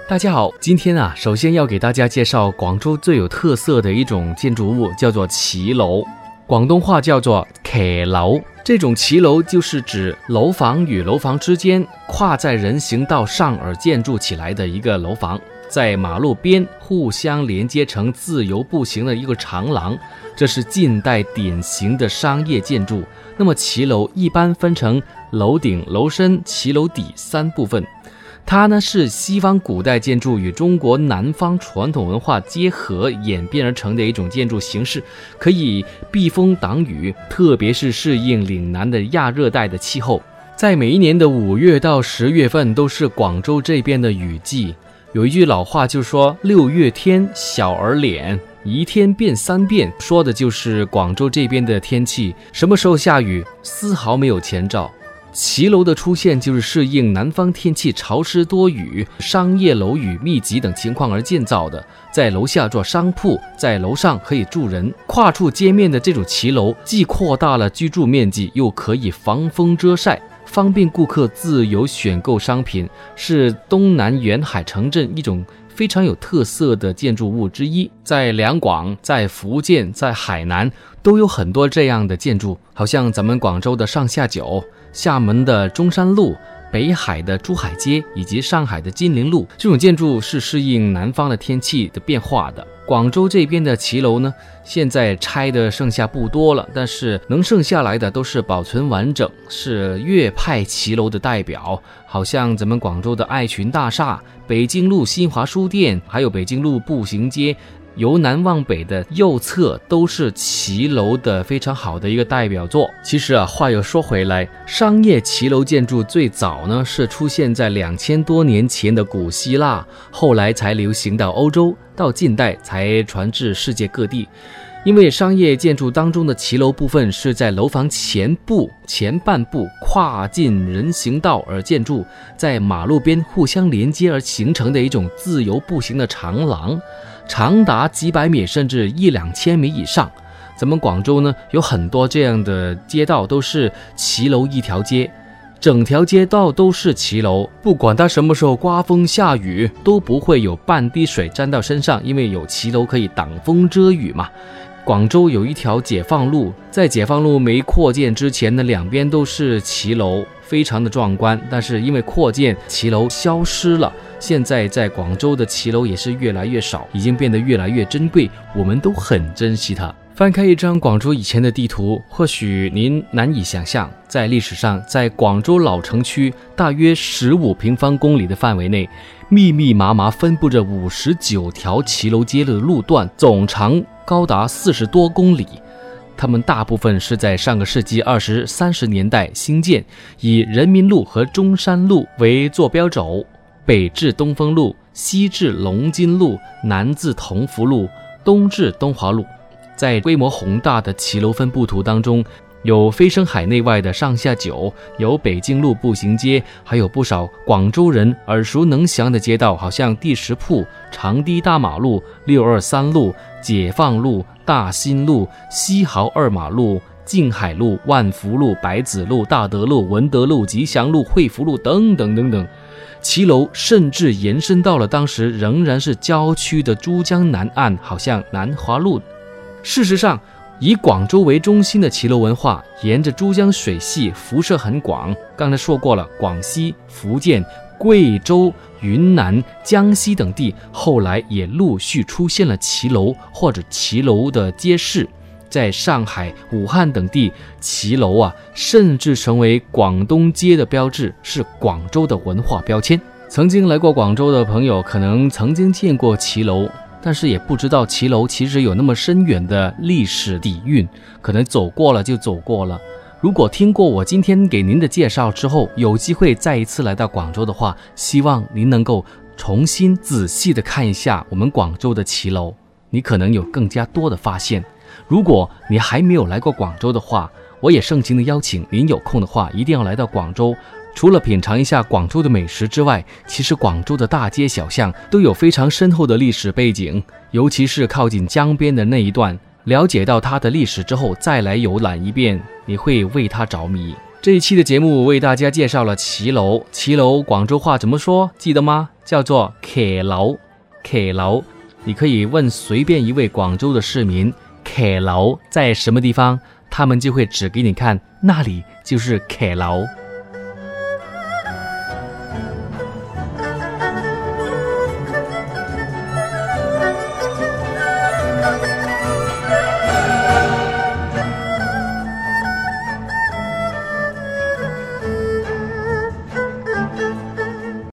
大家好，今天首先要给大家介绍广州最有特色的一种建筑物，叫做騎楼，广东话叫做騎楼。这种骑楼就是指楼房与楼房之间跨在人行道上而建筑起来的一个楼房，在马路边互相连接成自由步行的一个长廊，这是近代典型的商业建筑。那么骑楼一般分成楼顶、楼身、骑楼底三部分。它呢是西方古代建筑与中国南方传统文化结合演变而成的一种建筑形式，可以避风挡雨，特别是适应岭南的亚热带的气候。在每一年的5月到10月份都是广州这边的雨季，有一句老话就说6月天小儿脸，一天变3变，说的就是广州这边的天气，什么时候下雨丝毫没有前兆。骑楼的出现就是适应南方天气潮湿多雨、商业楼宇密集等情况而建造的，在楼下做商铺，在楼上可以住人。跨处街面的这种骑楼既扩大了居住面积，又可以防风遮晒，方便顾客自由选购商品，是东南沿海城镇一种非常有特色的建筑物之一。在两广、在福建、在海南都有很多这样的建筑，好像咱们广州的上下九、厦门的中山路、北海的珠海街以及上海的金陵路，这种建筑是适应南方的天气的变化的。广州这边的骑楼呢，现在拆的剩下不多了，但是能剩下来的都是保存完整，是粤派骑楼的代表，好像咱们广州的爱群大厦、北京路新华书店，还有北京路步行街，由南往北的右侧都是骑楼的非常好的一个代表作。其实话又说回来，商业骑楼建筑最早呢是出现在2000多年前的古希腊，后来才流行到欧洲，到近代才传至世界各地。因为商业建筑当中的骑楼部分是在楼房前半部跨进人行道而建筑，在马路边互相连接而形成的一种自由步行的长廊，长达几百米甚至1-2千米以上。咱们广州呢有很多这样的街道都是骑楼一条街，整条街道都是骑楼，不管它什么时候刮风下雨都不会有半滴水沾到身上，因为有骑楼可以挡风遮雨嘛。广州有一条解放路，在解放路没扩建之前呢，两边都是骑楼，非常的壮观，但是因为扩建，骑楼消失了，现在在广州的骑楼也是越来越少，已经变得越来越珍贵，我们都很珍惜它。翻开一张广州以前的地图，或许您难以想象，在历史上，在广州老城区大约15平方公里的范围内，密密麻麻分布着59条骑楼街的路段，总长高达40多公里。它们大部分是在上个世纪20、30年代兴建，以人民路和中山路为坐标轴，北至东风路，西至龙津路，南至同福路，东至东华路。在规模宏大的骑楼分布图当中，有飞升海内外的上下九，有北京路步行街，还有不少广州人耳熟能详的街道，好像第10铺、长堤大马路、623路、解放路、大新路、西豪2马路、静海路、万福路、百子路、大德路、文德路、吉祥路、惠福路等等等等。骑楼甚至延伸到了当时仍然是郊区的珠江南岸，好像南华路。事实上，以广州为中心的骑楼文化沿着珠江水系辐射很广，刚才说过了，广西、福建、贵州、云南、江西等地后来也陆续出现了骑楼或者骑楼的街市。在上海、武汉等地，骑楼甚至成为广东街的标志，是广州的文化标签。曾经来过广州的朋友可能曾经见过骑楼，但是也不知道骑楼其实有那么深远的历史底蕴，可能走过了就走过了。如果听过我今天给您的介绍之后，有机会再一次来到广州的话，希望您能够重新仔细的看一下我们广州的骑楼，你可能有更加多的发现。如果你还没有来过广州的话，我也盛情的邀请您有空的话一定要来到广州。除了品尝一下广州的美食之外，其实广州的大街小巷都有非常深厚的历史背景，尤其是靠近江边的那一段，了解到它的历史之后再来游览一遍，你会为它着迷。 这一期的节目为大家介绍了骑楼，骑楼广州话怎么说？记得吗？叫做骑楼，骑楼。你可以问随便一位广州的市民，骑楼在什么地方，他们就会指给你看，那里就是骑楼。